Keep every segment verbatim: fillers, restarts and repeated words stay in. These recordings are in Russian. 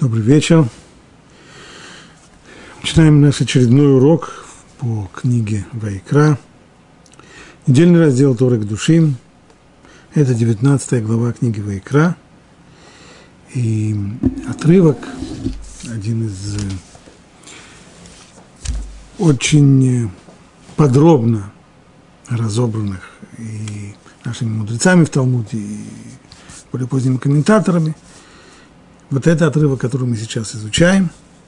Добрый вечер. Начинаем наш очередной урок по книге Ваикра. Недельный раздел Торы Кдушим. Это девятнадцатая глава книги Ваикра. И отрывок, один из очень подробно разобранных и нашими мудрецами в Талмуде, и более поздними комментаторами. Вот это отрывок, который мы сейчас изучаем.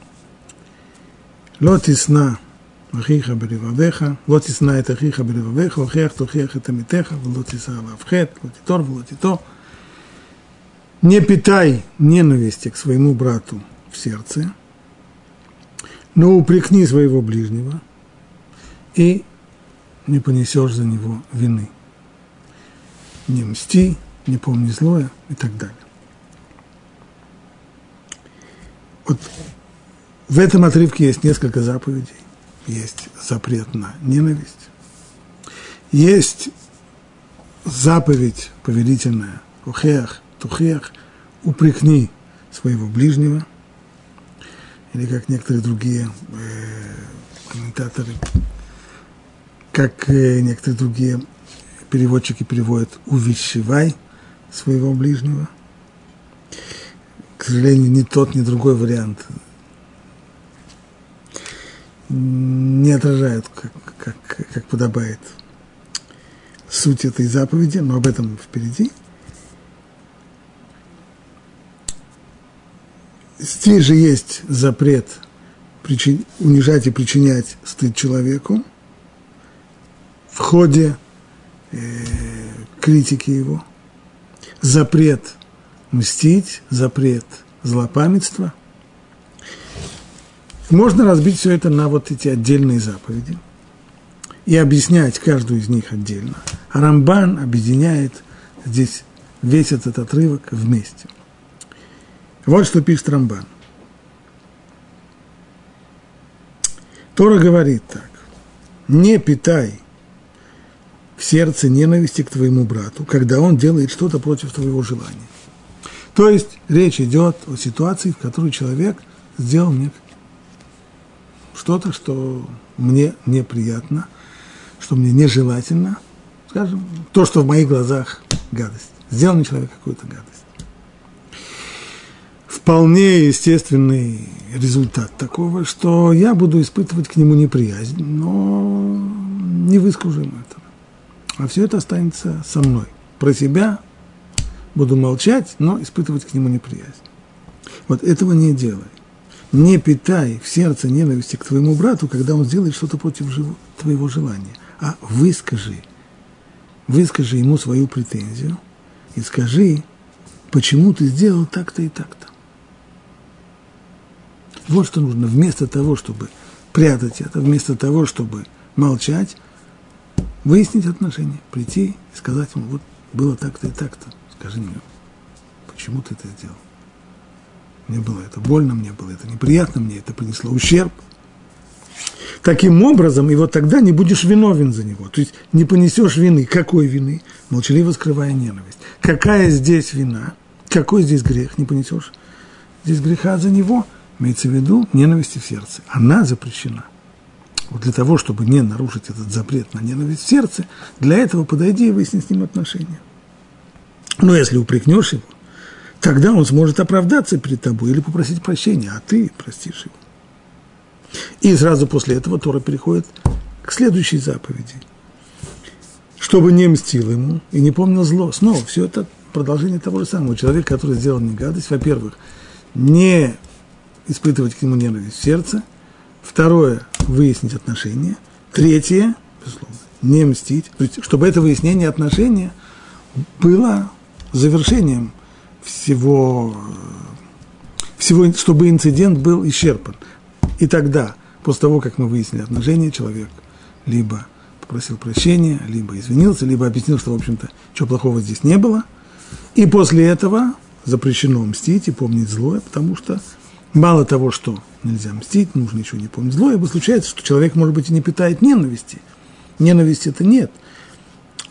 «Ло тисна ахиха беревавеха, ло тисна эт ахиха беревавеха, охех тохех эт амитеха, ло тиса лавхет, ло титор, ло тито». Не питай ненависти к своему брату в сердце, но упрекни своего ближнего, и не понесешь за него вины. Не мсти, не помни злое и так далее. Вот в этом отрывке есть несколько заповедей. Есть запрет на ненависть. Есть заповедь повелительная «Охех, тухех», «Упрекни своего ближнего». Или как некоторые другие э, комментаторы, как э, некоторые другие переводчики переводят «Увещевай своего ближнего». К сожалению, ни тот, ни другой вариант не отражают, как, как, как подобает, суть этой заповеди, но об этом впереди. Здесь же есть запрет причин, унижать и причинять стыд человеку в ходе э, критики его. Запрет мстить, запрет злопамятства. Можно разбить все это на вот эти отдельные заповеди и объяснять каждую из них отдельно. А Рамбан объединяет здесь весь этот отрывок вместе. Вот что пишет Рамбан. Тора говорит так: не питай в сердце ненависти к твоему брату, когда он делает что-то против твоего желания. То есть речь идет о ситуации, в которой человек сделал мне что-то, что мне неприятно, что мне нежелательно, скажем, то, что в моих глазах гадость. Сделал мне человек какую-то гадость. Вполне естественный результат такого, что я буду испытывать к нему неприязнь, но не выскажу ему этого. А все это останется со мной. Про себя буду молчать, но испытывать к нему неприязнь. Вот этого не делай. Не питай в сердце ненависти к твоему брату, когда он сделает что-то против твоего желания, а выскажи, выскажи ему свою претензию и скажи, почему ты сделал так-то и так-то. Вот что нужно. Вместо того, чтобы прятать это, вместо того, чтобы молчать, выяснить отношения, прийти и сказать ему, вот было так-то и так-то. Скажи мне, почему ты это сделал? Мне было это больно, мне было это неприятно, мне это принесло ущерб. Таким образом, и вот тогда не будешь виновен за него. То есть не понесешь вины. Какой вины? Молчаливо скрывая ненависть. Какая здесь вина? Какой здесь грех? Не понесешь. Здесь греха за него. Имеется в виду ненависть в сердце. Она запрещена. Вот для того, чтобы не нарушить этот запрет на ненависть в сердце, для этого подойди и выясни с ним отношения. Но если упрекнешь его, тогда он сможет оправдаться перед тобой или попросить прощения, а ты простишь его. И сразу после этого Тора переходит к следующей заповеди. Чтобы не мстил ему и не помнил зло. Снова все это продолжение того же самого. Человек, который сделал мне гадость, во-первых, не испытывать к нему ненависть в сердце. Второе – выяснить отношения. Третье – безусловно, не мстить. То есть, чтобы это выяснение отношения было завершением всего, всего, чтобы инцидент был исчерпан. И тогда, после того, как мы выяснили отношения, человек либо попросил прощения, либо извинился, либо объяснил, что, в общем-то, ничего плохого здесь не было. И после этого запрещено мстить и помнить злое, потому что мало того, что нельзя мстить, нужно еще не помнить злое, ибо случается, что человек, может быть, и не питает ненависти. Ненависти-то нет.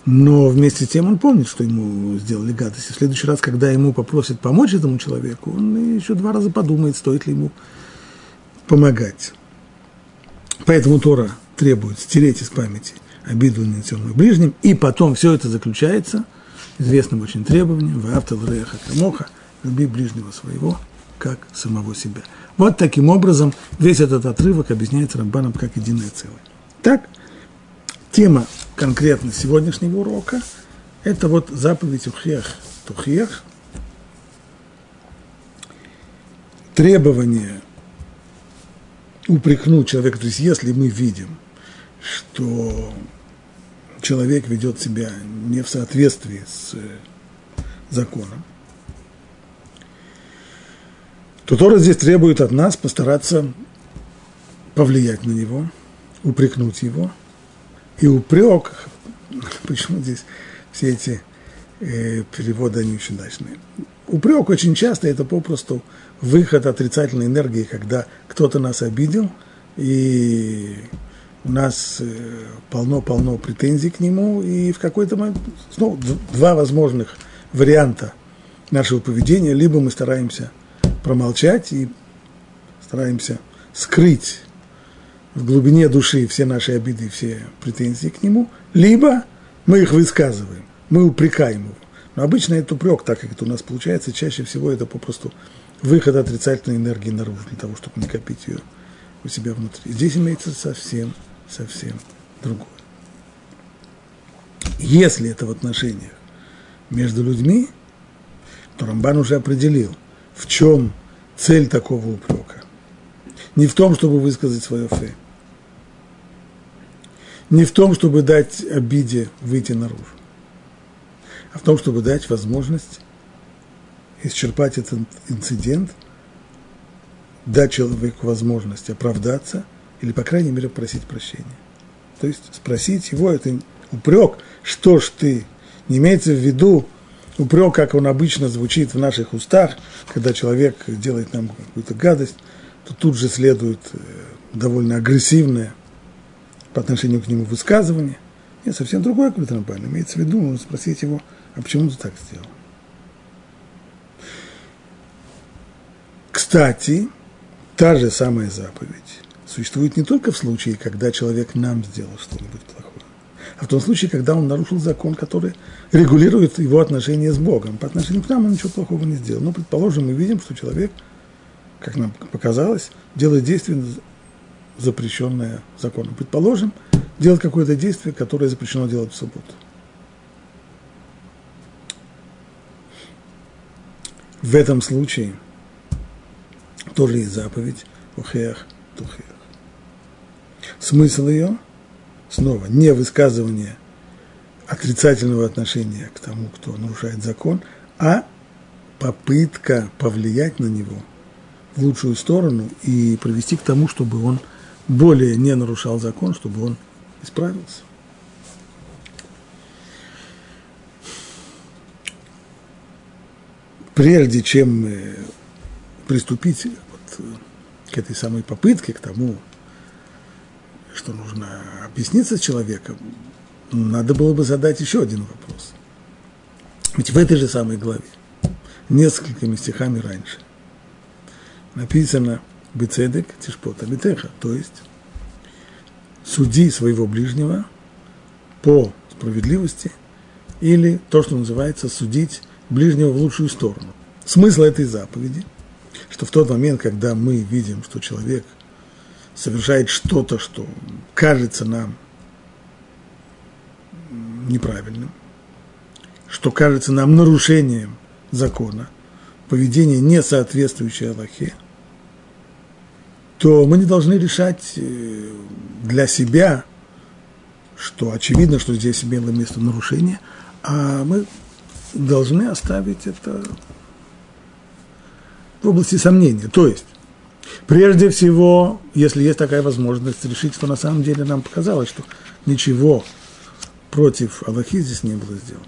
Но вместе с тем он помнит, что ему сделали гадость. И в следующий раз, когда ему попросят помочь этому человеку, он еще два раза подумает, стоит ли ему помогать. Поэтому Тора требует стереть из памяти обиду, нанесенную ближним, и потом все это заключается известным очень требованием «Ваавта лореаха камоха» – «люби ближнего своего, как самого себя». Вот таким образом весь этот отрывок объясняется Рамбаном как единое целое. Так, тема конкретно сегодняшнего урока – это вот заповедь ухех тухех, требование упрекнуть человека, то есть если мы видим, что человек ведет себя не в соответствии с законом, то Тора здесь требует от нас постараться повлиять на него, упрекнуть его. И упрек, почему здесь все эти э, переводы, они очень удачные. Упрек очень часто это попросту выход отрицательной энергии, когда кто-то нас обидел, и у нас э, полно-полно претензий к нему, и в какой-то момент, ну, два возможных варианта нашего поведения, либо мы стараемся промолчать и стараемся скрыть в глубине души все наши обиды, все претензии к нему, либо мы их высказываем, мы упрекаем его. Но обычно это упрек, так как это у нас получается, чаще всего это попросту выход отрицательной энергии наружу, для того, чтобы не копить ее у себя внутри. Здесь имеется совсем, совсем другое. Если это в отношениях между людьми, то Рамбан уже определил, в чем цель такого упрека. Не в том, чтобы высказать свое фе, не в том, чтобы дать обиде выйти наружу, а в том, чтобы дать возможность исчерпать этот инцидент, дать человеку возможность оправдаться или, по крайней мере, просить прощения. То есть спросить его, это упрек, что ж ты, не имеется в виду упрек, как он обычно звучит в наших устах, когда человек делает нам какую-то гадость, то тут же следует довольно агрессивное по отношению к нему высказывание. Нет, совсем другое какое-то Рамбан. Имеется в виду, нужно спросить его, а почему ты так сделал? Кстати, та же самая заповедь существует не только в случае, когда человек нам сделал что-нибудь плохое, а в том случае, когда он нарушил закон, который регулирует его отношения с Богом. По отношению к нам он ничего плохого не сделал. Но, предположим, мы видим, что человек, как нам показалось, делает действие, запрещенное законом. Предположим, делать какое-то действие, которое запрещено делать в субботу. В этом случае тоже есть заповедь ухех тухех. Смысл ее, снова, не высказывание отрицательного отношения к тому, кто нарушает закон, а попытка повлиять на него в лучшую сторону и привести к тому, чтобы он более не нарушал закон, чтобы он исправился. Прежде чем приступить вот к этой самой попытке, к тому, что нужно объясниться с человеком, надо было бы задать еще один вопрос. Ведь в этой же самой главе, несколькими стихами раньше, написано «Бецедек тишпот алитеха», то есть «суди своего ближнего по справедливости» или то, что называется «судить ближнего в лучшую сторону». Смысл этой заповеди, что в тот момент, когда мы видим, что человек совершает что-то, что кажется нам неправильным, что кажется нам нарушением закона, поведение, не соответствующее Аллахе, то мы не должны решать для себя, что очевидно, что здесь имело место нарушение, а мы должны оставить это в области сомнения. То есть, прежде всего, если есть такая возможность, решить, что на самом деле нам показалось, что ничего против Аллахи здесь не было сделано.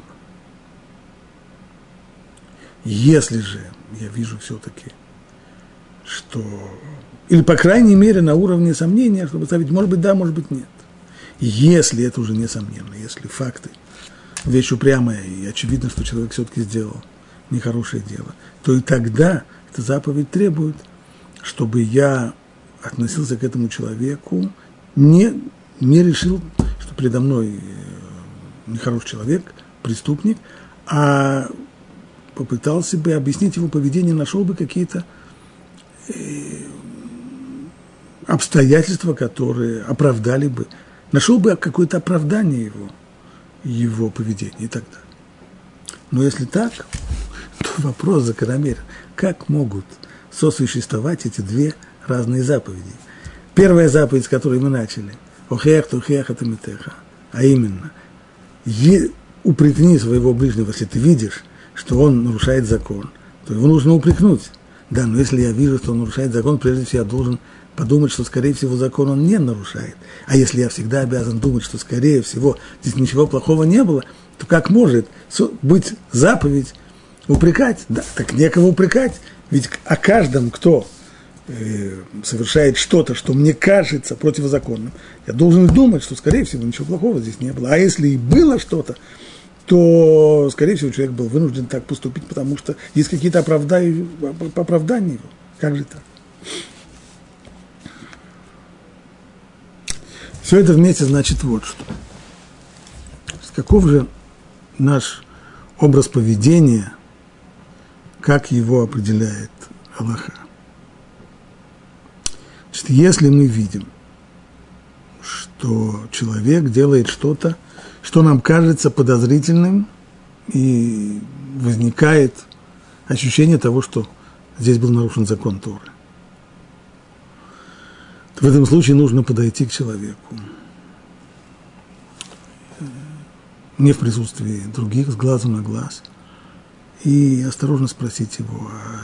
Если же я вижу все-таки, что, или по крайней мере на уровне сомнения, чтобы ставить, может быть, да, может быть, нет. Если это уже несомненно, если факты вещь упрямая, и очевидно, что человек все-таки сделал нехорошее дело, то и тогда эта заповедь требует, чтобы я относился к этому человеку, не, не решил, что передо мной нехороший человек, преступник, а попытался бы объяснить его поведение, нашел бы какие-то обстоятельства, которые оправдали бы, нашел бы какое-то оправдание его, его поведения и так далее. Но если так, то вопрос закономерен. Как могут сосуществовать эти две разные заповеди? Первая заповедь, с которой мы начали, «Охех тухех атамитеха», а именно, упрекни своего ближнего, если ты видишь, что он нарушает закон, то его нужно упрекнуть. Да, но если я вижу, что он нарушает закон, прежде всего я должен подумать, что, скорее всего, закон он не нарушает. А если я всегда обязан думать, что, скорее всего, здесь ничего плохого не было, то как может быть заповедь упрекать? Да, так некого упрекать. Ведь о каждом, кто э, совершает что-то, что мне кажется противозаконным, я должен думать, что, скорее всего, ничего плохого здесь не было. А если и было что-то, то, скорее всего, человек был вынужден так поступить, потому что есть какие-то оправдания, оправдания его. Как же так? Все это вместе значит вот что. Каков же наш образ поведения, как его определяет Аллаха? Значит, если мы видим, что человек делает что-то, что нам кажется подозрительным, и возникает ощущение того, что здесь был нарушен закон Торы, то в этом случае нужно подойти к человеку не в присутствии других, с глазу на глаз, и осторожно спросить его, а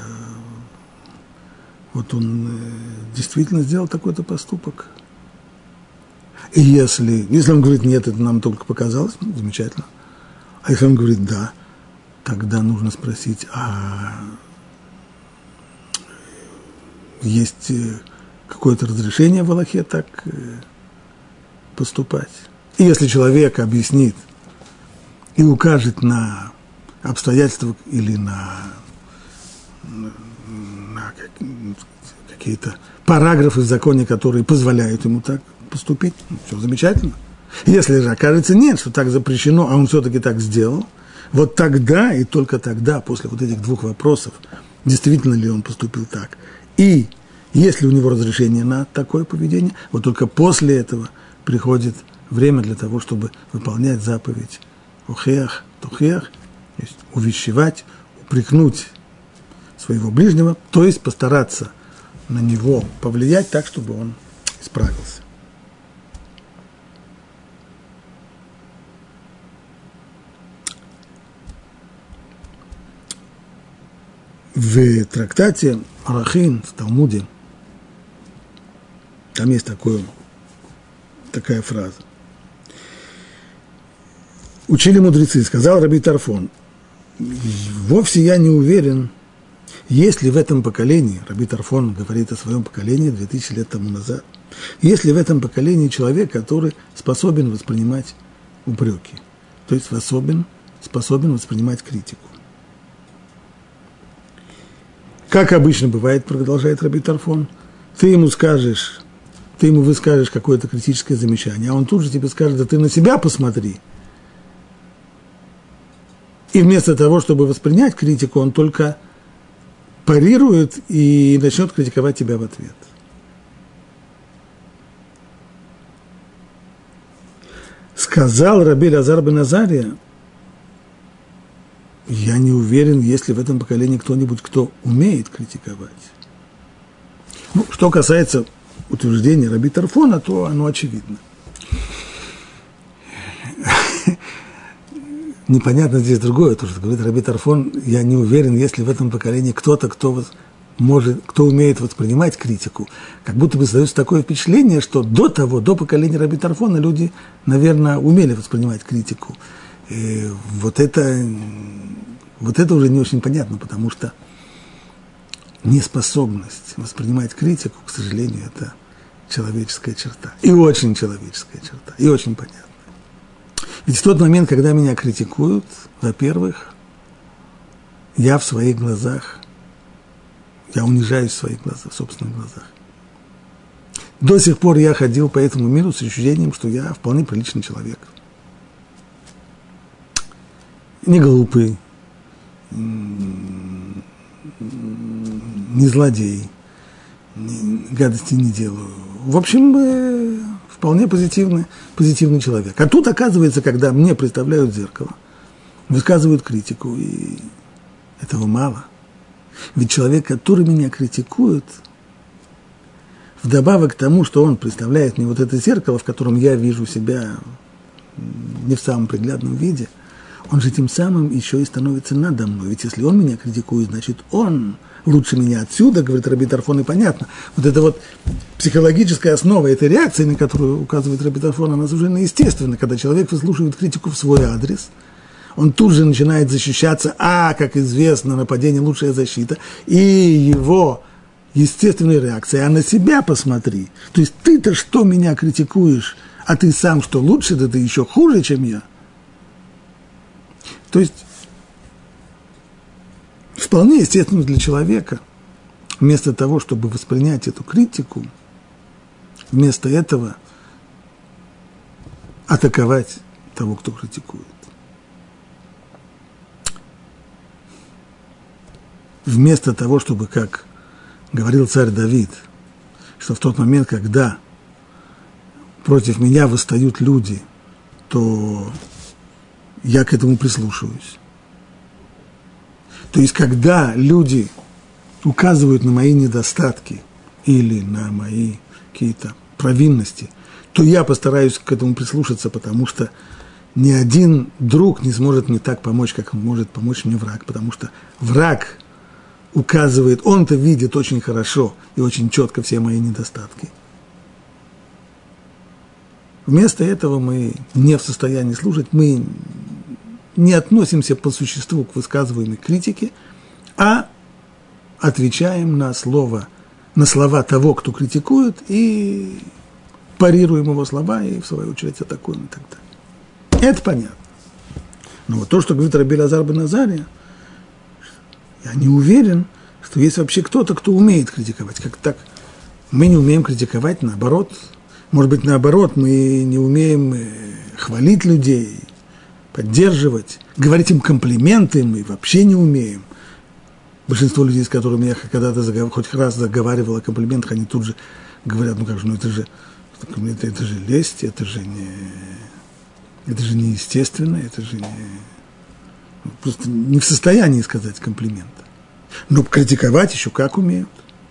вот он действительно сделал такой-то поступок. И если, если он говорит, нет, это нам только показалось, ну, замечательно. А если он говорит, да, тогда нужно спросить, а есть какое-то разрешение в Аллахе так поступать? И если человек объяснит и укажет на обстоятельства или на, на какие-то параграфы в законе, которые позволяют ему так поступить, ну, все замечательно. Если же окажется нет, что так запрещено, а он все-таки так сделал, вот тогда и только тогда, после вот этих двух вопросов, действительно ли он поступил так, и есть ли у него разрешение на такое поведение, вот только после этого приходит время для того, чтобы выполнять заповедь «Охех тухех», то есть увещевать, упрекнуть своего ближнего, то есть постараться на него повлиять так, чтобы он исправился. В трактате Арахин, в Талмуде, там есть такое, такая фраза. Учили мудрецы, сказал Раби Тарфон, вовсе я не уверен, есть ли в этом поколении, Раби Тарфон говорит о своем поколении две тысячи лет тому назад, есть ли в этом поколении человек, который способен воспринимать упреки, то есть способен, способен воспринимать критику. Как обычно бывает, продолжает Раби Тарфон, ты ему скажешь, ты ему выскажешь какое-то критическое замечание, а он тут же тебе скажет, да ты на себя посмотри. И вместо того, чтобы воспринять критику, он только парирует и начнет критиковать тебя в ответ. Сказал Раби Элиазар бен Азария, я не уверен, есть ли в этом поколении кто-нибудь, кто умеет критиковать. Ну, что касается утверждения Раби Тарфона, то оно очевидно. Непонятно здесь другое, то, что говорит Раби Тарфон, я не уверен, есть ли в этом поколении кто-то, кто может, кто умеет воспринимать критику. Как будто бы создается такое впечатление, что до того, до поколения Раби Тарфона люди, наверное, умели воспринимать критику. И вот это, вот это уже не очень понятно, потому что неспособность воспринимать критику, к сожалению, это человеческая черта. И очень человеческая черта, и очень понятно. Ведь в тот момент, когда меня критикуют, во-первых, я в своих глазах, я унижаюсь в своих глазах, в собственных глазах. До сих пор я ходил по этому миру с ощущением, что я вполне приличный человек. Не глупый, не злодей, гадости не делаю. В общем, вполне позитивный, позитивный человек. А тут, оказывается, когда мне представляют зеркало, высказывают критику, и этого мало. Ведь человек, который меня критикует, вдобавок к тому, что он представляет мне вот это зеркало, в котором я вижу себя не в самом приглядном виде, он же тем самым еще и становится надо мной. Ведь если он меня критикует, значит, он лучше меня отсюда, говорит Раби Тарфон, и понятно. Вот это вот психологическая основа этой реакции, на которую указывает Раби Тарфон, она совершенно естественна. Когда человек выслушивает критику в свой адрес, он тут же начинает защищаться, а, как известно, нападение – лучшая защита, и его естественная реакция, а на себя посмотри. То есть ты-то что меня критикуешь, а ты сам что, лучше, да ты еще хуже, чем я. То есть вполне естественно для человека, вместо того, чтобы воспринять эту критику, вместо этого атаковать того, кто критикует. Вместо того, чтобы, как говорил царь Давид, что в тот момент, когда против меня восстают люди, то я к этому прислушиваюсь. То есть, когда люди указывают на мои недостатки или на мои какие-то провинности, то я постараюсь к этому прислушаться, потому что ни один друг не сможет мне так помочь, как может помочь мне враг, потому что враг указывает, он-то видит очень хорошо и очень четко все мои недостатки. Вместо этого мы не в состоянии слушать, мы не относимся по существу к высказываемой критике, а отвечаем на слово, на слова того, кто критикует, и парируем его слова, и в свою очередь атакуем и так далее. Это понятно. Но вот то, что говорит Раби Элазар бен Азария, я не уверен, что есть вообще кто-то, кто умеет критиковать. Как так? Мы не умеем критиковать, наоборот. Может быть, наоборот, мы не умеем хвалить людей, поддерживать, говорить им комплименты, мы вообще не умеем. Большинство людей, с которыми я когда-то заговор, хоть раз заговаривал о комплиментах, они тут же говорят, ну как же, ну это же, это, это же лесть, это же не, это же неестественно, это же не, просто не в состоянии сказать комплименты. Но критиковать еще как умеют.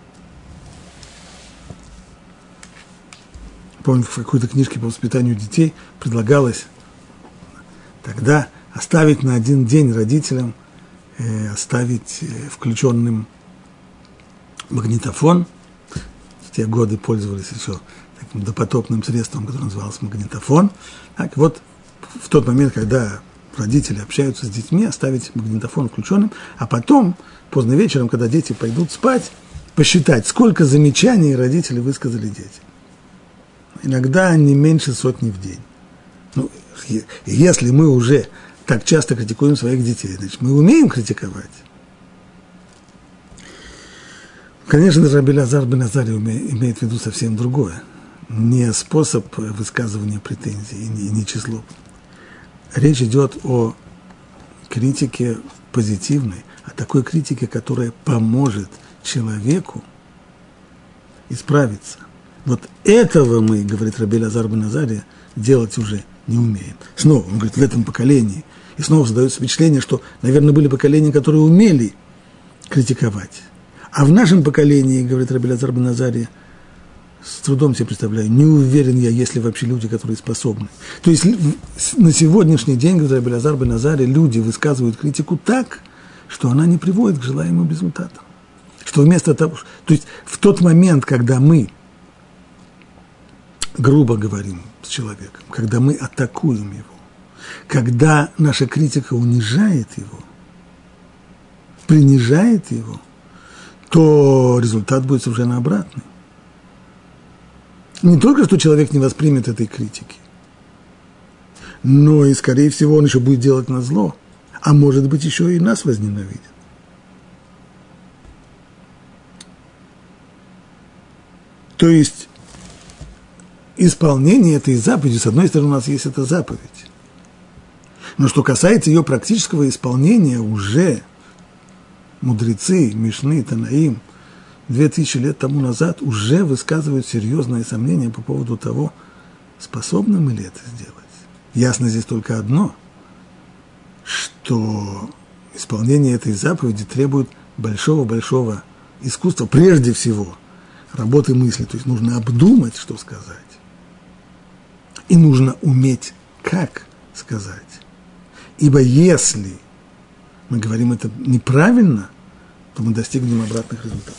Помню, в какой-то книжке по воспитанию детей предлагалось тогда оставить на один день родителям, э, оставить э, включенным магнитофон. В те годы пользовались еще таким допотопным средством, которое называлось магнитофон. Так вот, в тот момент, когда родители общаются с детьми, оставить магнитофон включенным, а потом, поздно вечером, когда дети пойдут спать, посчитать, сколько замечаний родители высказали детям. Иногда не меньше сотни в день. Ну, если мы уже так часто критикуем своих детей, значит, мы умеем критиковать. Конечно, Раби Элазар бен Азария имеет в виду совсем другое. Не способ высказывания претензий и не, не число. Речь идет о критике позитивной, о такой критике, которая поможет человеку исправиться. Вот этого мы, говорит Раби Элазар бен Азария, делать уже не умеем. Снова, он говорит, в этом поколении. И снова создается впечатление, что, наверное, были поколения, которые умели критиковать. А в нашем поколении, говорит Раби Элазар бен Азария, с трудом себе представляю, не уверен я, есть ли вообще люди, которые способны. То есть на сегодняшний день, говорит Раби Элазар бен Азария, люди высказывают критику так, что она не приводит к желаемым результатам. Что вместо того, то есть в тот момент, когда мы грубо говорим с человеком, когда мы атакуем его, когда наша критика унижает его, принижает его, то результат будет совершенно обратный. Не только, что человек не воспримет этой критики, но и, скорее всего, он еще будет делать на зло, а может быть, еще и нас возненавидит. То есть исполнение этой заповеди, с одной стороны, у нас есть эта заповедь, но что касается ее практического исполнения, уже мудрецы, Мишны, Танаим, две тысячи лет тому назад уже высказывают серьезные сомнения по поводу того, способны мы ли это сделать. Ясно здесь только одно, что исполнение этой заповеди требует большого-большого искусства, прежде всего, работы мысли. То есть нужно обдумать, что сказать, и нужно уметь, как сказать. Ибо если мы говорим это неправильно, то мы достигнем обратных результатов.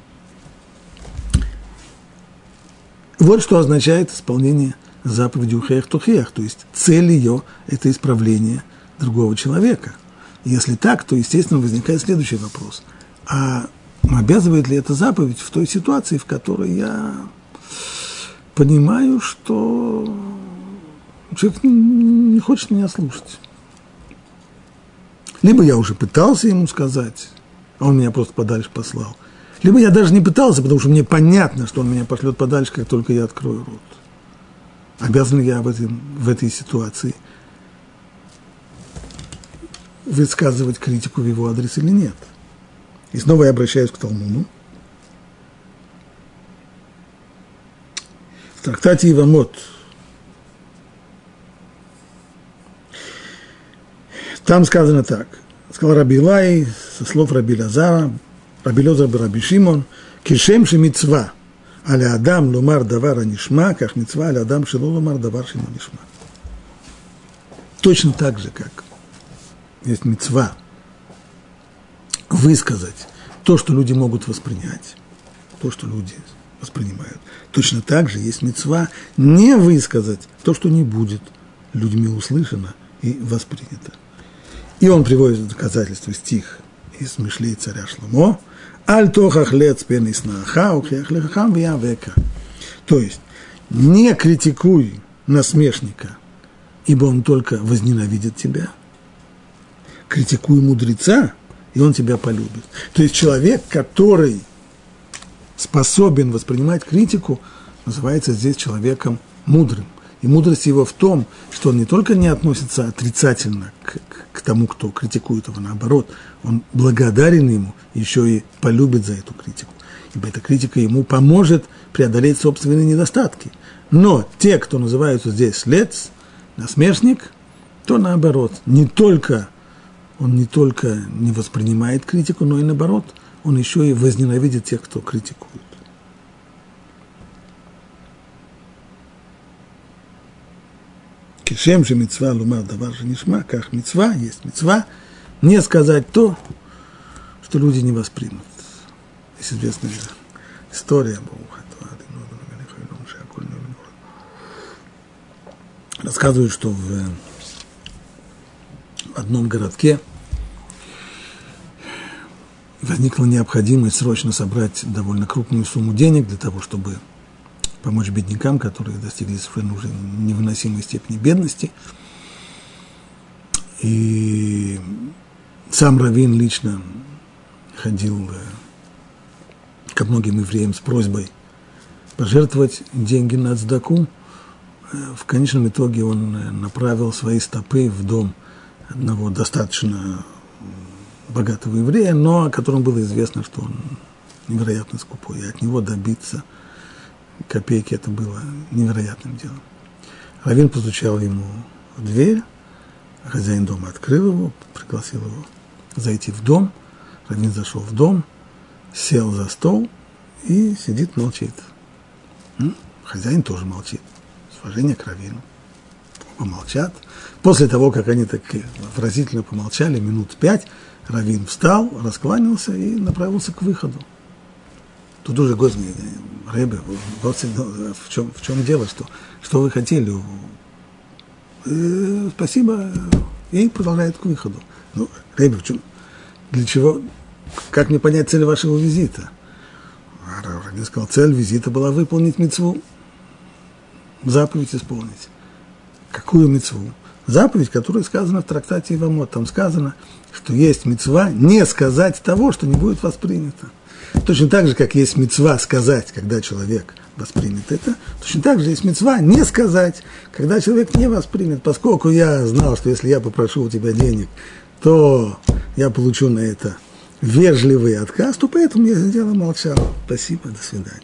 Вот что означает исполнение заповеди ухеях тухеях, то есть цель ее – это исправление другого человека. Если так, то, естественно, возникает следующий вопрос. А обязывает ли эта заповедь в той ситуации, в которой я понимаю, что человек не хочет меня слушать? Либо я уже пытался ему сказать, а он меня просто подальше послал. Либо я даже не пытался, потому что мне понятно, что он меня пошлет подальше, как только я открою рот. Обязан ли я в, этом, в этой ситуации высказывать критику в его адрес или нет? И снова я обращаюсь к Талмуду. В трактате Ивамот там сказано так. Сказал Раби Илай, со слов Раби Лазара, Раби Лозар Раби Шимон, кишем ше мицва, аля адам ломар давар анишма, как мицва аля адам шело ломар давар шело нишма. Точно так же, как есть мицва высказать то, что люди могут воспринять, то, что люди воспринимают. Точно так же есть мицва не высказать то, что не будет людьми услышано и воспринято. И он приводит доказательство, стих из Мишлей царя Шломо, «Аль тохах лец пен иснаха, ухех лехахам виявека». То есть, не критикуй насмешника, ибо он только возненавидит тебя. Критикуй мудреца, и он тебя полюбит. То есть, человек, который способен воспринимать критику, называется здесь человеком мудрым. И мудрость его в том, что он не только не относится отрицательно к, к, к тому, кто критикует его, наоборот, он благодарен ему, еще и полюбит за эту критику. Ибо эта критика ему поможет преодолеть собственные недостатки. Но те, кто называются здесь лец, насмешник, то наоборот, не только, он не только не воспринимает критику, но и наоборот, он еще и возненавидит тех, кто критикует. Кишем же мицва лумар давар же нишма, как мицва, есть мицва, не сказать то, что люди не воспримут. Есть известная история. Рассказывают, что в одном городке возникла необходимость срочно собрать довольно крупную сумму денег для того, чтобы помочь беднякам, которые достигли совершенно уже невыносимой степени бедности. И сам раввин лично ходил ко многим евреям с просьбой пожертвовать деньги на цдаку. В конечном итоге он направил свои стопы в дом одного достаточно богатого еврея, но о котором было известно, что он невероятно скупой, и от него добиться копейки это было невероятным делом. Раввин постучал ему в дверь, хозяин дома открыл его, пригласил его зайти в дом. Раввин зашел в дом, сел за стол и сидит, молчит. Хозяин тоже молчит. С уважением к раввину. Помолчат. После того, как они так выразительно помолчали, минут пять, раввин встал, раскланялся и направился к выходу. Тут уже гость мне, Ребе, вот в чем, в чем дело, что, что вы хотели? Э, спасибо, и продолжает к выходу. Ну, Ребе, в чем, для чего, как мне понять цель вашего визита? Раввин сказал, цель визита была выполнить мицву, заповедь исполнить. Какую мицву? заповедь, которая сказана в трактате Ивамот. Там сказано, что есть мицва не сказать того, что не будет воспринято. Точно так же, как есть мицва сказать, когда человек воспримет это, точно так же есть мицва не сказать, когда человек не воспримет. Поскольку я знал, что если я попрошу у тебя денег, то я получу на это вежливый отказ, то поэтому я сделал и молчал. Спасибо, до свидания.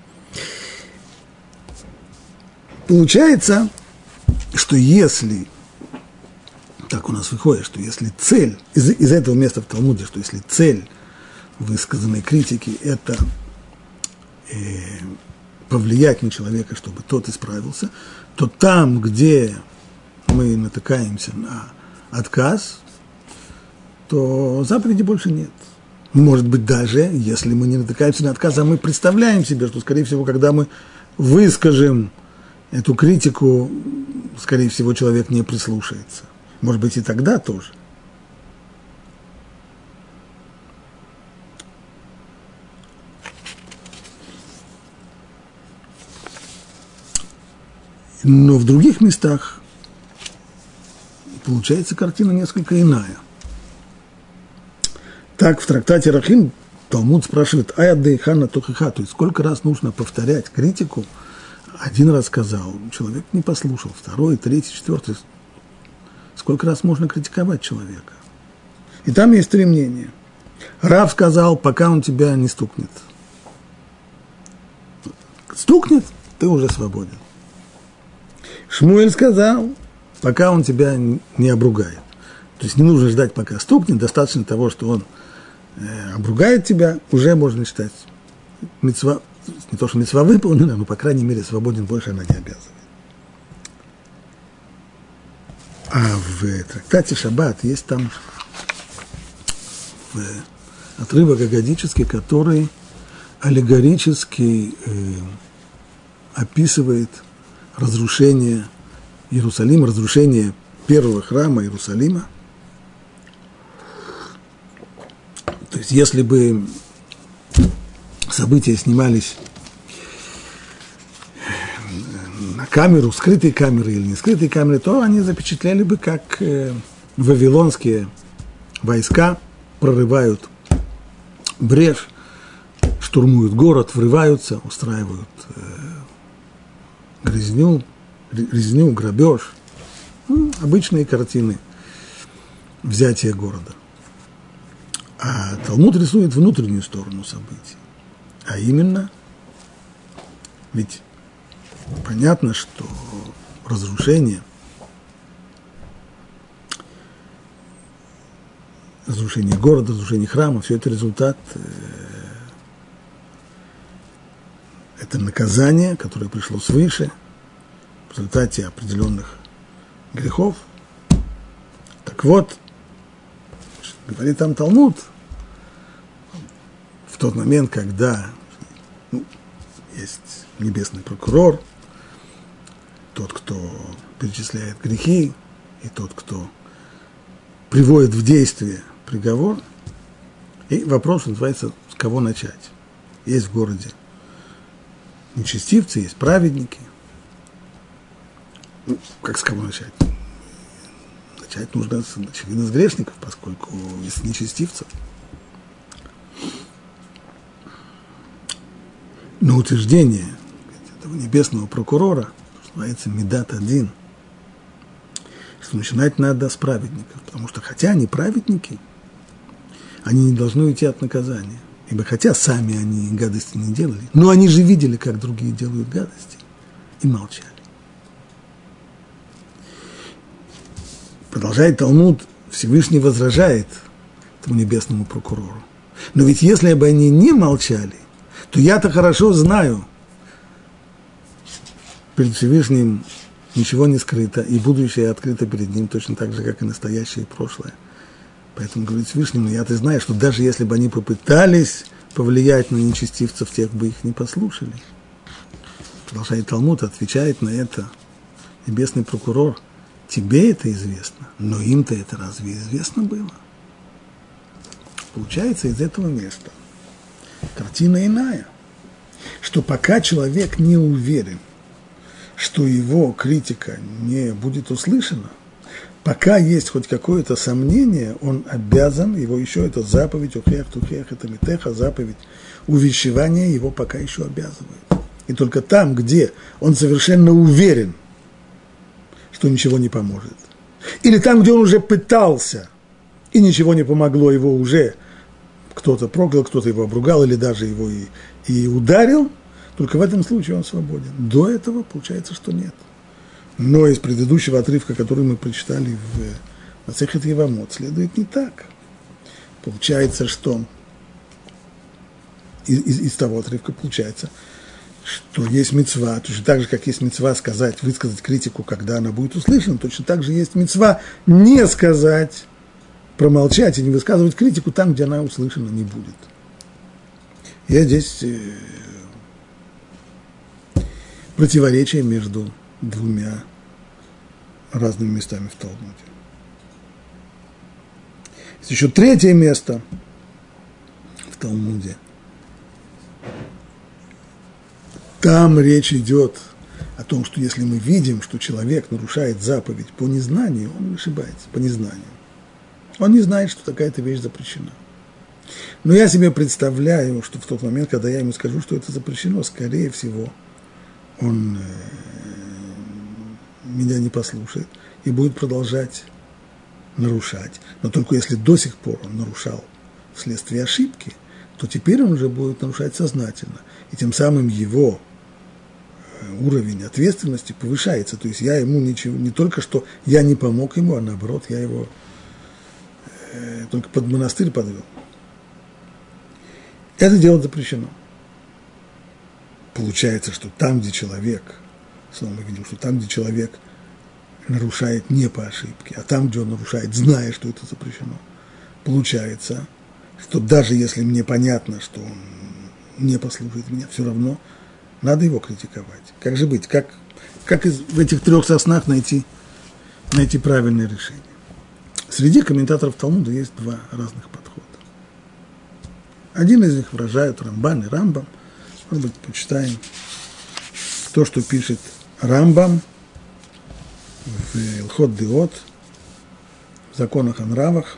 Получается, что если, так у нас выходит, что если цель, из, из этого места в Талмуде, что если цель высказанной критики – это э, повлиять на человека, чтобы тот исправился, то там, где мы натыкаемся на отказ, то заповеди больше нет. Может быть, даже если мы не натыкаемся на отказ, а мы представляем себе, что, скорее всего, когда мы выскажем эту критику, скорее всего, человек не прислушается. Может быть, и тогда тоже. Но в других местах получается картина несколько иная. Так, в трактате Рахим Талмуд спрашивает, «Ая хана тохиха», то есть сколько раз нужно повторять критику. Один раз сказал, человек не послушал, второй, третий, четвертый. Сколько раз можно критиковать человека? И там есть три мнения. Рав сказал, пока он тебя не стукнет. Стукнет, ты уже свободен. Шмуэль сказал, пока он тебя не обругает. То есть не нужно ждать, пока стукнет, достаточно того, что он э, обругает тебя, уже можно считать мицва, не то, что мицва выполнена, но, по крайней мере, свободен, больше она не обязывает. А в трактате Шаббат есть там отрывок агадический, который аллегорически э, описывает разрушение Иерусалима, разрушение первого храма Иерусалима. То есть, если бы события снимались на камеру, скрытой камеры или не скрытой камеры, то они запечатлели бы, как э, вавилонские войска прорывают брешь, штурмуют город, врываются, устраивают э, грязню, резню, грабеж. Ну, обычные картины взятия города. А Талмуд рисует внутреннюю сторону событий. А именно, ведь понятно, что разрушение, разрушение города, разрушение храма, все это результат, это наказание, которое пришло свыше в результате определенных грехов. Так вот, говорит там Талмуд, в тот момент, когда ну, есть небесный прокурор, тот, кто перечисляет грехи, и тот, кто приводит в действие приговор, и вопрос называется, с кого начать. Есть в городе нечестивцы, есть праведники. Ну, как с кого начать? Начать нужно, очевидно, с грешников, поскольку из нечестивцев. Но утверждение этого небесного прокурора называется Медат один, что начинать надо с праведников, потому что хотя они праведники, они не должны уйти от наказания. Ибо хотя сами они гадости не делали, но они же видели, как другие делают гадости, и молчали. Продолжает Талмуд, Всевышний возражает этому небесному прокурору. Но ведь если бы они не молчали, то я-то хорошо знаю, перед Всевышним ничего не скрыто, и будущее открыто перед ним, точно так же, как и настоящее и прошлое. Поэтому говорит Всевышнему, я-то знаю, что даже если бы они попытались повлиять на нечестивцев, тех бы их не послушали. Продолжает Талмуд, отвечает на это небесный прокурор, тебе это известно, но им-то это разве известно было? Получается, из этого места картина иная, что пока человек не уверен, что его критика не будет услышана, пока есть хоть какое-то сомнение, он обязан, его еще это заповедь, ухех, тухех, это митеха, заповедь увещевания его пока еще обязывает. И только там, где он совершенно уверен, что ничего не поможет, или там, где он уже пытался, и ничего не помогло, его уже кто-то проклял, кто-то его обругал, или даже его и, и ударил, только в этом случае он свободен. До этого получается, что нет. Но из предыдущего отрывка, который мы прочитали в Масехет Евамот, следует не так. Получается, что из, из, из того отрывка получается, что есть мицва, точно так же, как есть мицва сказать, высказать критику, когда она будет услышана, точно так же есть мицва не сказать, промолчать и не высказывать критику там, где она услышана не будет. Я здесь э, противоречие между двумя разными местами в Талмуде. Есть еще третье место в Талмуде. Там речь идет о том, что если мы видим, что человек нарушает заповедь по незнанию, он ошибается, по незнанию. Он не знает, что такая-то вещь запрещена. Но я себе представляю, что в тот момент, когда я ему скажу, что это запрещено, скорее всего, он э, меня не послушает и будет продолжать нарушать. Но только если до сих пор он нарушал вследствие ошибки, то теперь он уже будет нарушать сознательно. И тем самым его уровень ответственности повышается. То есть я ему ничего, не только что я не помог ему, а наоборот, я его э, только под монастырь подвел. Это дело запрещено. Получается, что там, где человек, снова мы видим, что там, где человек нарушает не по ошибке, а там, где он нарушает, зная, что это запрещено, получается, что даже если мне понятно, что он не послушает меня, все равно надо его критиковать. Как же быть? Как, как из, в этих трех соснах найти, найти правильное решение? Среди комментаторов Талмуда есть два разных подхода. Один из них выражает Рамбан и Рамбам. Может быть, почитаем то, что пишет Рамбам в Илхот Деот, в законах о нравах.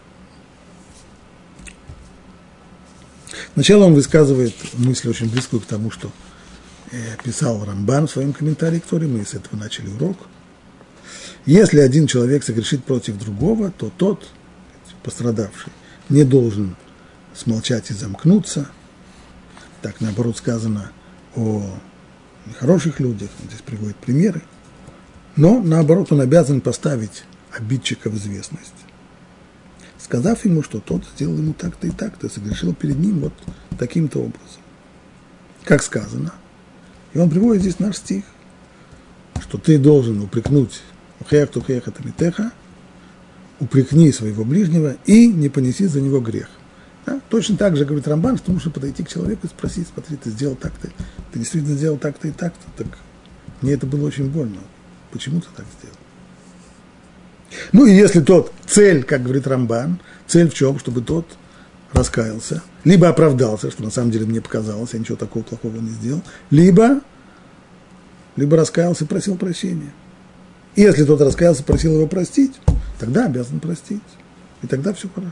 Сначала он высказывает мысль очень близкую к тому, что писал Рамбан в своем комментарии к Торе, мы с этого начали урок. Если один человек согрешит против другого, то тот, пострадавший, не должен смолчать и замкнуться. Так, наоборот, сказано о нехороших людях, здесь приводят примеры. Но, наоборот, он обязан поставить обидчика в известность, сказав ему, что тот сделал ему так-то и так-то, согрешил перед ним вот таким-то образом. Как сказано. И он приводит здесь наш стих, что ты должен упрекнуть ухех тухех это митеха, упрекни своего ближнего и не понеси за него грех. Да? Точно так же говорит Рамбан, что нужно подойти к человеку и спросить: смотри, ты сделал так-то, ты действительно сделал так-то и так-то, так мне это было очень больно. Почему ты так сделал? Ну и если тот, цель, как говорит Рамбан, цель в чем? Чтобы тот раскаялся, либо оправдался, что на самом деле мне показалось, я ничего такого плохого не сделал, либо, либо раскаялся и просил прощения. И если тот раскаялся, просил его простить, тогда обязан простить. И тогда все хорошо.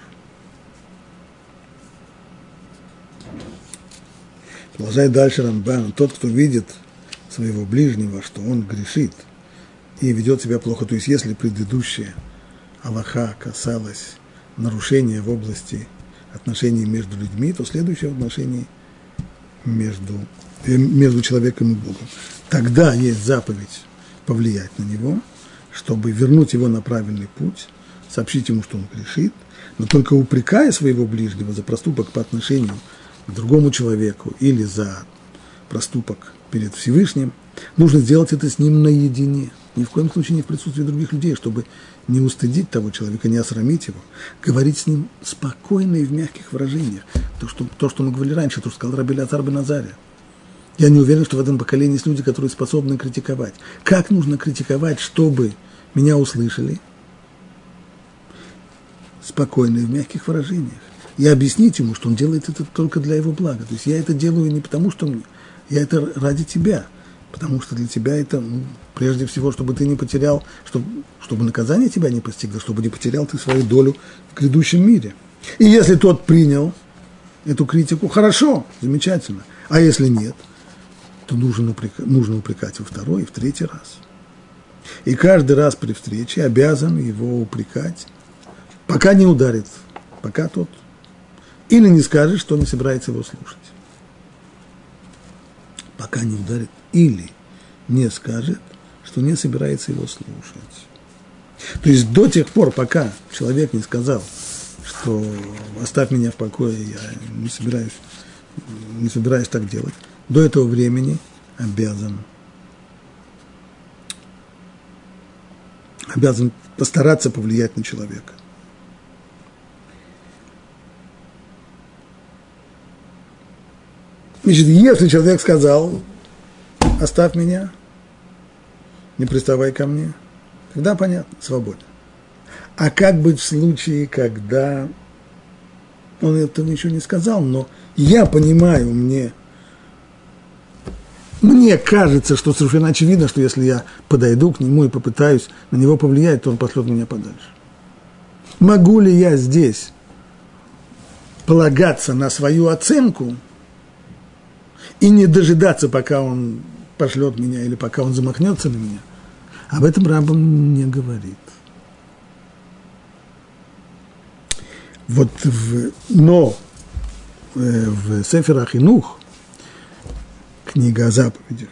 Продолжает дальше Рамбан. Тот, кто видит своего ближнего, что он грешит и ведет себя плохо, то есть если предыдущая алаха касалась нарушения в области отношений между людьми, то следующее в отношении между, между человеком и Богом. Тогда есть заповедь повлиять на него, чтобы вернуть его на правильный путь, сообщить ему, что он грешит, но только упрекая своего ближнего за проступок по отношению к другому человеку или за проступок перед Всевышним, нужно сделать это с ним наедине. Ни в коем случае не в присутствии других людей, чтобы не устыдить того человека, не осрамить его. Говорить с ним спокойно и в мягких выражениях. То, что, то, что мы говорили раньше, то, что сказал Раби Элиазар бен Азария. Я не уверен, что в этом поколении есть люди, которые способны критиковать. Как нужно критиковать, чтобы меня услышали? Спокойно и в мягких выражениях. И объяснить ему, что он делает это только для его блага. То есть я это делаю не потому, что мне, я это ради тебя. Потому что для тебя это, ну, прежде всего, чтобы ты не потерял, чтобы, чтобы наказание тебя не постигло, чтобы не потерял ты свою долю в грядущем мире. И если тот принял эту критику, хорошо, замечательно. А если нет, то нужно упрекать, нужно упрекать во второй и в третий раз. И каждый раз при встрече обязан его упрекать, пока не ударит, пока тот или не скажет, что не собирается его слушать. Пока не ударит или не скажет, что не собирается его слушать. То есть до тех пор, пока человек не сказал, что оставь меня в покое, я не собираюсь, не собираюсь так делать, до этого времени обязан, обязан постараться повлиять на человека. Значит, если человек сказал, оставь меня, не приставай ко мне, тогда понятно, свободен. А как быть в случае, когда он этого еще не сказал, но я понимаю, мне, мне кажется, что совершенно очевидно, что если я подойду к нему и попытаюсь на него повлиять, то он пошлет меня подальше. Могу ли я здесь полагаться на свою оценку и не дожидаться, пока он пошлет меня или пока он замахнется на меня? Об этом Рамбам не говорит. Вот в, но э, в Сефер ха-Хинух, книга о заповедях,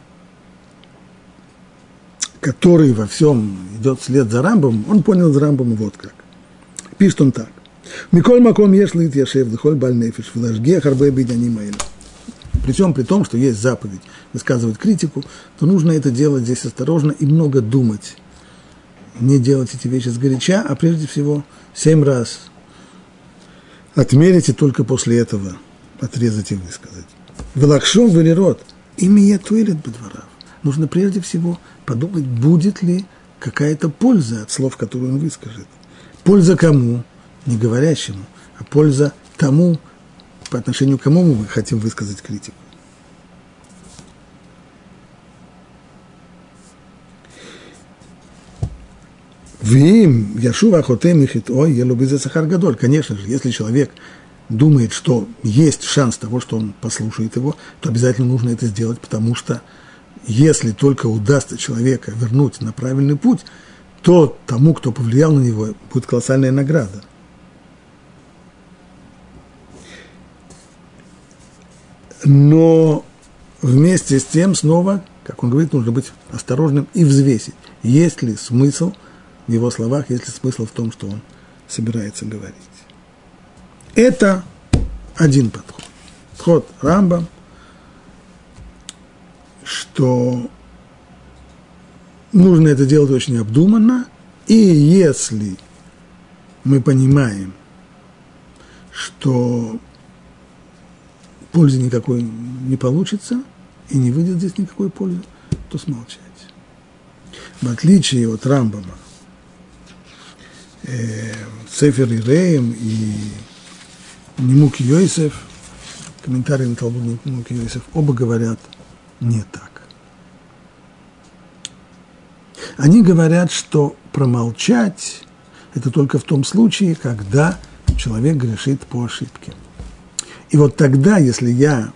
который во всем идет вслед за Рамбом, он понял за Рамбом вот как. Пишет он так. «Миколь маком еш лит яшев лихоль баль нефеш влажге харбе бидяним аэль». При всем при том, что есть заповедь высказывать критику, то нужно это делать здесь осторожно и много думать. Не делать эти вещи сгоряча, а прежде всего семь раз отмерить и только после этого отрезать и высказать. Велакшов велирот, имя туэлет бедварав. Нужно прежде всего подумать, будет ли какая-то польза от слов, которые он выскажет. Польза кому? Не говорящему, а польза тому, по отношению к кому мы хотим высказать критику. Вим яшува охотем ихит ой елубизе сахар гадоль. Конечно же, если человек думает, что есть шанс того, что он послушает его, то обязательно нужно это сделать, потому что если только удастся человека вернуть на правильный путь, то тому, кто повлиял на него, будет колоссальная награда. Но вместе с тем снова, как он говорит, нужно быть осторожным и взвесить, есть ли смысл в его словах, есть ли смысл в том, что он собирается говорить. Это один подход. Подход Рамбам, что нужно это делать очень обдуманно, и если мы понимаем, что пользы никакой не получится, и не выйдет здесь никакой пользы, то смолчать. В отличие от Рамбама, э, Сефер Иреем и Нимук Йосеф, комментарии на Талмуд Нимук Йосеф, оба говорят не так. Они говорят, что промолчать – это только в том случае, когда человек грешит по ошибке. И вот тогда, если я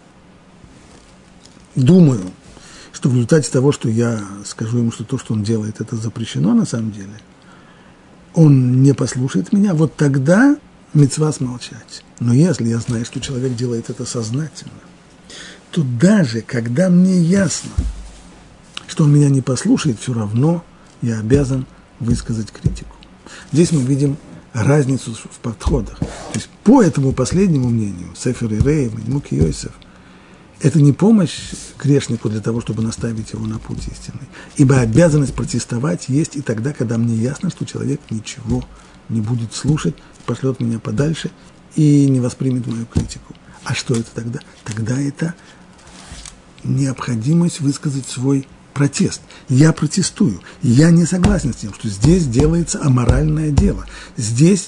думаю, что в результате того, что я скажу ему, что то, что он делает, это запрещено на самом деле, он не послушает меня, вот тогда мицва смолчать. Но если я знаю, что человек делает это сознательно, то даже когда мне ясно, что он меня не послушает, все равно я обязан высказать критику. Здесь мы видим разницу в подходах. То есть по этому последнему мнению, Сефер Иреем и Нимук Йосеф, это не помощь грешнику для того, чтобы наставить его на путь истинный. Ибо обязанность протестовать есть и тогда, когда мне ясно, что человек ничего не будет слушать, пошлет меня подальше и не воспримет мою критику. А что это тогда? Тогда это необходимость высказать свой протест. Я протестую. Я не согласен с тем, что здесь делается аморальное дело. Здесь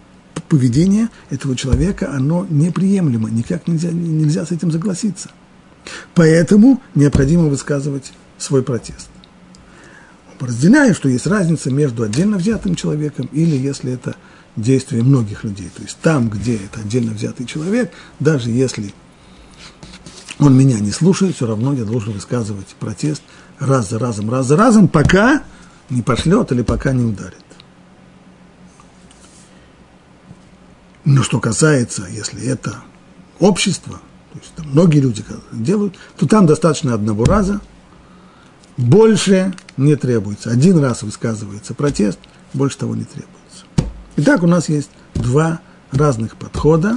поведение этого человека, оно неприемлемо. Никак нельзя, нельзя с этим согласиться. Поэтому необходимо высказывать свой протест. Разделяем, что есть разница между отдельно взятым человеком или если это действие многих людей. То есть там, где это отдельно взятый человек, даже если он меня не слушает, все равно я должен высказывать протест раз за разом, раз за разом, пока не пошлет или пока не ударит. Но что касается, если это общество, то есть там многие люди делают, то там достаточно одного раза, больше не требуется. Один раз высказывается протест, больше того не требуется. Итак, у нас есть два разных подхода.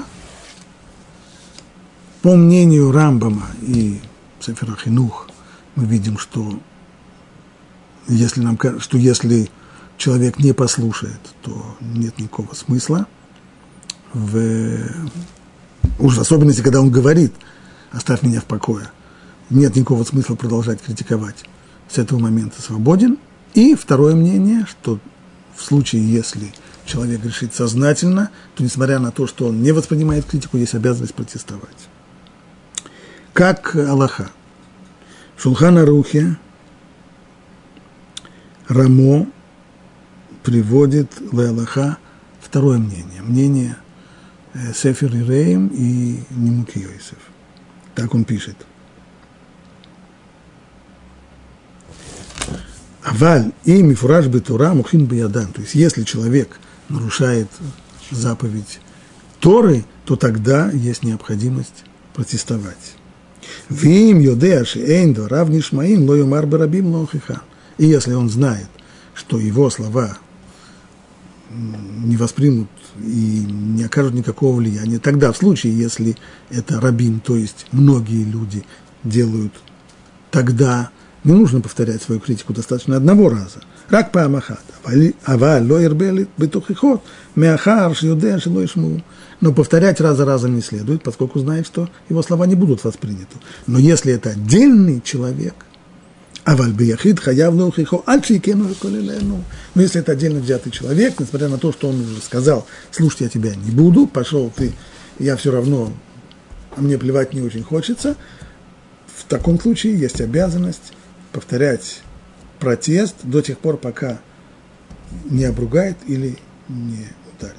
По мнению Рамбама и Сефер Хинух, мы видим, что если, нам, что если человек не послушает, то нет никакого смысла. В, уж в особенности, когда он говорит, оставь меня в покое, нет никакого смысла продолжать критиковать. С этого момента свободен. И второе мнение, что в случае, если человек грешит сознательно, то, несмотря на то, что он не воспринимает критику, есть обязанность протестовать. Как алаха. В Шулхан Арухе Рамо приводит ле алаха второе мнение, мнение Сефер Иреем и Нимуки Йосеф. Так он пишет. Аваль и мифураж бетура мухин биядан. То есть, если человек нарушает заповедь Торы, то тогда есть необходимость протестовать. Вим йодеа шеэйн дорав нишмаин ло юмар барабим лохихан. И если он знает, что его слова не воспримут и не окажут никакого влияния, тогда в случае, если это рабим, то есть многие люди делают, тогда не нужно повторять свою критику, достаточно одного раза. Рак паамахат, ава ло ирбели бетухихот, меахар шьюдеа шило ишму. Но повторять раз за разом не следует, поскольку знает, что его слова не будут восприняты. Но если это отдельный человек, аваль бияхид хаяв лохихо альчикену и колелену. Но если это отдельно взятый человек, несмотря на то, что он уже сказал, слушать я тебя не буду, пошел ты, я все равно, а мне плевать не очень хочется, в таком случае есть обязанность повторять протест до тех пор, пока не обругает или не ударит.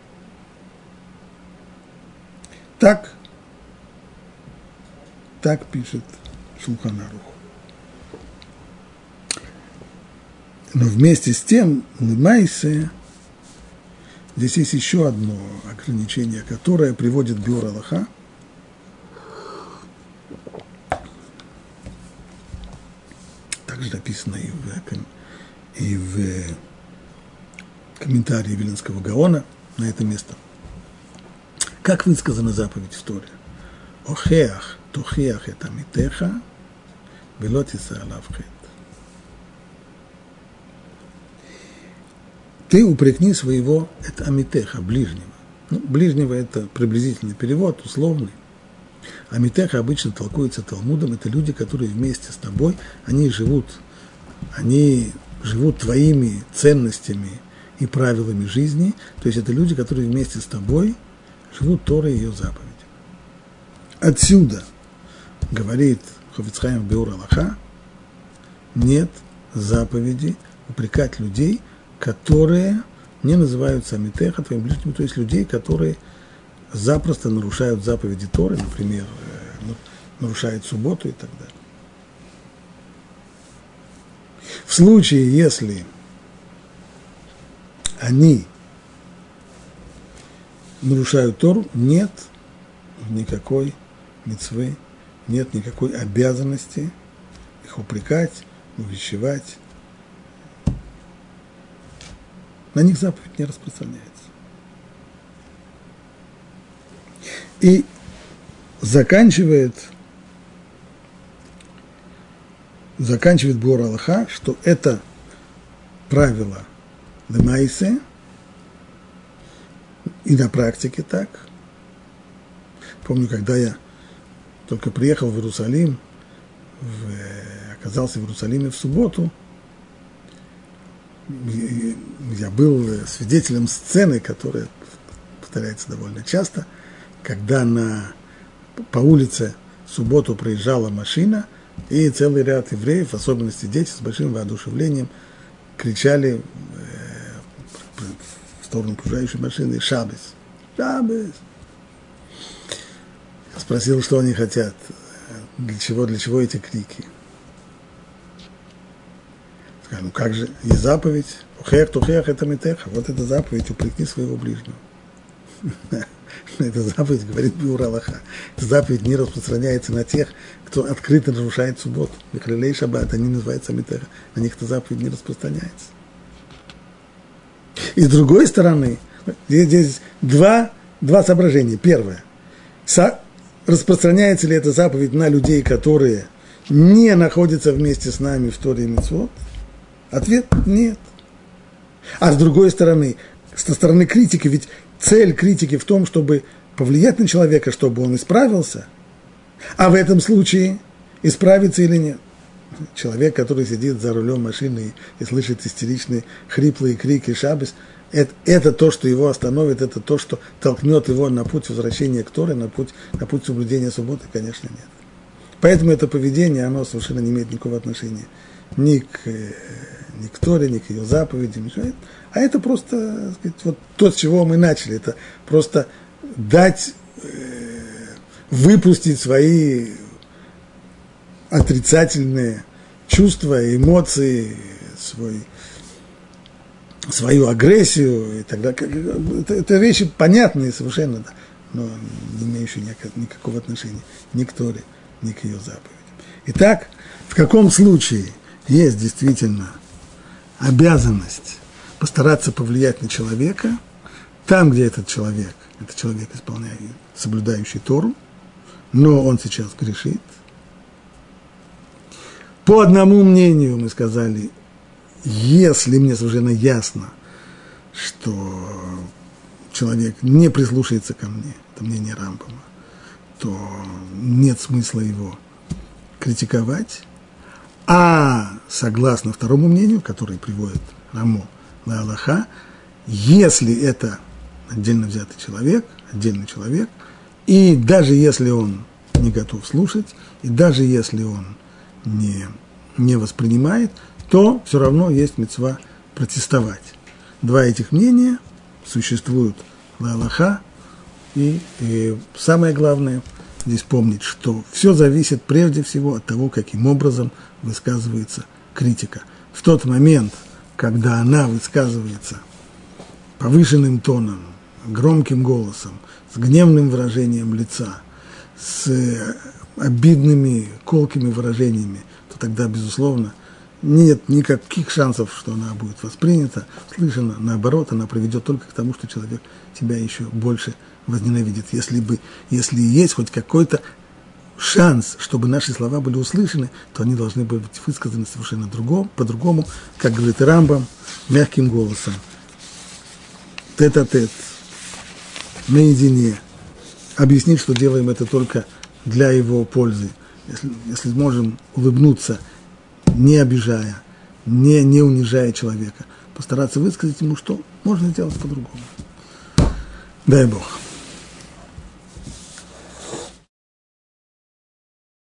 Так, так пишет Шулхан Арух. Но вместе с тем, лемайсе, здесь есть еще одно ограничение, которое приводит Биур Алаха. Также написано и в, и в комментарии Виленского Гаона на это место. Как высказана заповедь в Торе? Охеах, тохеах это митеха, велотиса алавхет. Ты упрекни своего, это амитеха, ближнего. Ну, ближнего это приблизительный перевод, условный. Амитеха обычно толкуется Талмудом, это люди, которые вместе с тобой, они живут, они живут твоими ценностями и правилами жизни, то есть это люди, которые вместе с тобой живут Торой и ее заповедями. Отсюда, говорит Хофец Хаим в Биур Алаха, нет заповеди упрекать людей, которые не называются амитеха, твоим ближним, то есть людей, которые запросто нарушают заповеди Торы, например, нарушают субботу и так далее. В случае, если они нарушают Тору, нет никакой мицвы, нет никакой обязанности их упрекать, увещевать. На них заповедь не распространяется. И заканчивает, заканчивает Биур Алаха, что это правило лемайсе, и на практике так. Помню, когда я только приехал в Иерусалим, в, оказался в Иерусалиме в субботу, я был свидетелем сцены, которая повторяется довольно часто, когда на, по улице в субботу проезжала машина, и целый ряд евреев, в особенности дети, с большим воодушевлением кричали э, в сторону проезжающей машины «Шабес! Шабес!». Спросил, что они хотят, для чего, для чего эти крики. Сказал, ну как же, есть заповедь, ухех, тухех, это митеха, вот эта заповедь, упрекни своего ближнего. Эта заповедь, говорит Биур Алаха, эта заповедь не распространяется на тех, кто открыто нарушает субботу. Михрилей Шаббат, они называются митеха, на них эта заповедь не распространяется. И с другой стороны, здесь, здесь два, два соображения. Первое. Со, распространяется ли эта заповедь на людей, которые не находятся вместе с нами в Торе и Мицвот? Ответ – нет. А с другой стороны, со стороны критики, ведь цель критики в том, чтобы повлиять на человека, чтобы он исправился, а в этом случае исправится или нет. Человек, который сидит за рулем машины и, и слышит истеричные хриплые крики «Шабес», это, это то, что его остановит, это то, что толкнет его на путь возвращения к Торе, на путь, на путь соблюдения субботы, конечно, нет. Поэтому это поведение, оно совершенно не имеет никакого отношения ни к, ни к Торе, ни к ее заповедям, а это просто, так сказать, вот то, с чего мы начали, это просто дать, выпустить свои отрицательные чувства, эмоции, свой, свою агрессию и так далее. Это, это вещи понятные совершенно, да, но не имеющие никакого отношения ни к Торе, ни к ее заповедям. Итак, в каком случае есть действительно обязанность постараться повлиять на человека, там, где этот человек, это человек, исполняет, соблюдающий Тору, но он сейчас грешит. По одному мнению мы сказали, если мне совершенно ясно, что человек не прислушается ко мне, это мнение Рамбама, то нет смысла его критиковать. А согласно второму мнению, которое приводит Рамо Аллаха, если это отдельно взятый человек, отдельный человек, и даже если он не готов слушать, и даже если он не, не воспринимает, то все равно есть мицва протестовать. Два этих мнения существуют в Аллаха, и, и самое главное здесь помнить, что все зависит прежде всего от того, каким образом высказывается критика. В тот момент, когда она высказывается повышенным тоном, громким голосом, с гневным выражением лица, с обидными, колкими выражениями, то тогда, безусловно, нет никаких шансов, что она будет воспринята, слышана. Наоборот, она приведет только к тому, что человек тебя еще больше возненавидит. Если бы, если есть хоть какой-то шанс, чтобы наши слова были услышаны, то они должны быть высказаны совершенно другом, по-другому, как говорит Рамбам, мягким голосом. Тет-а-тет, наедине. Объяснить, что делаем это только для его пользы. Если, если можем улыбнуться, не обижая, не, не унижая человека, постараться высказать ему, что можно сделать по-другому. Дай Бог.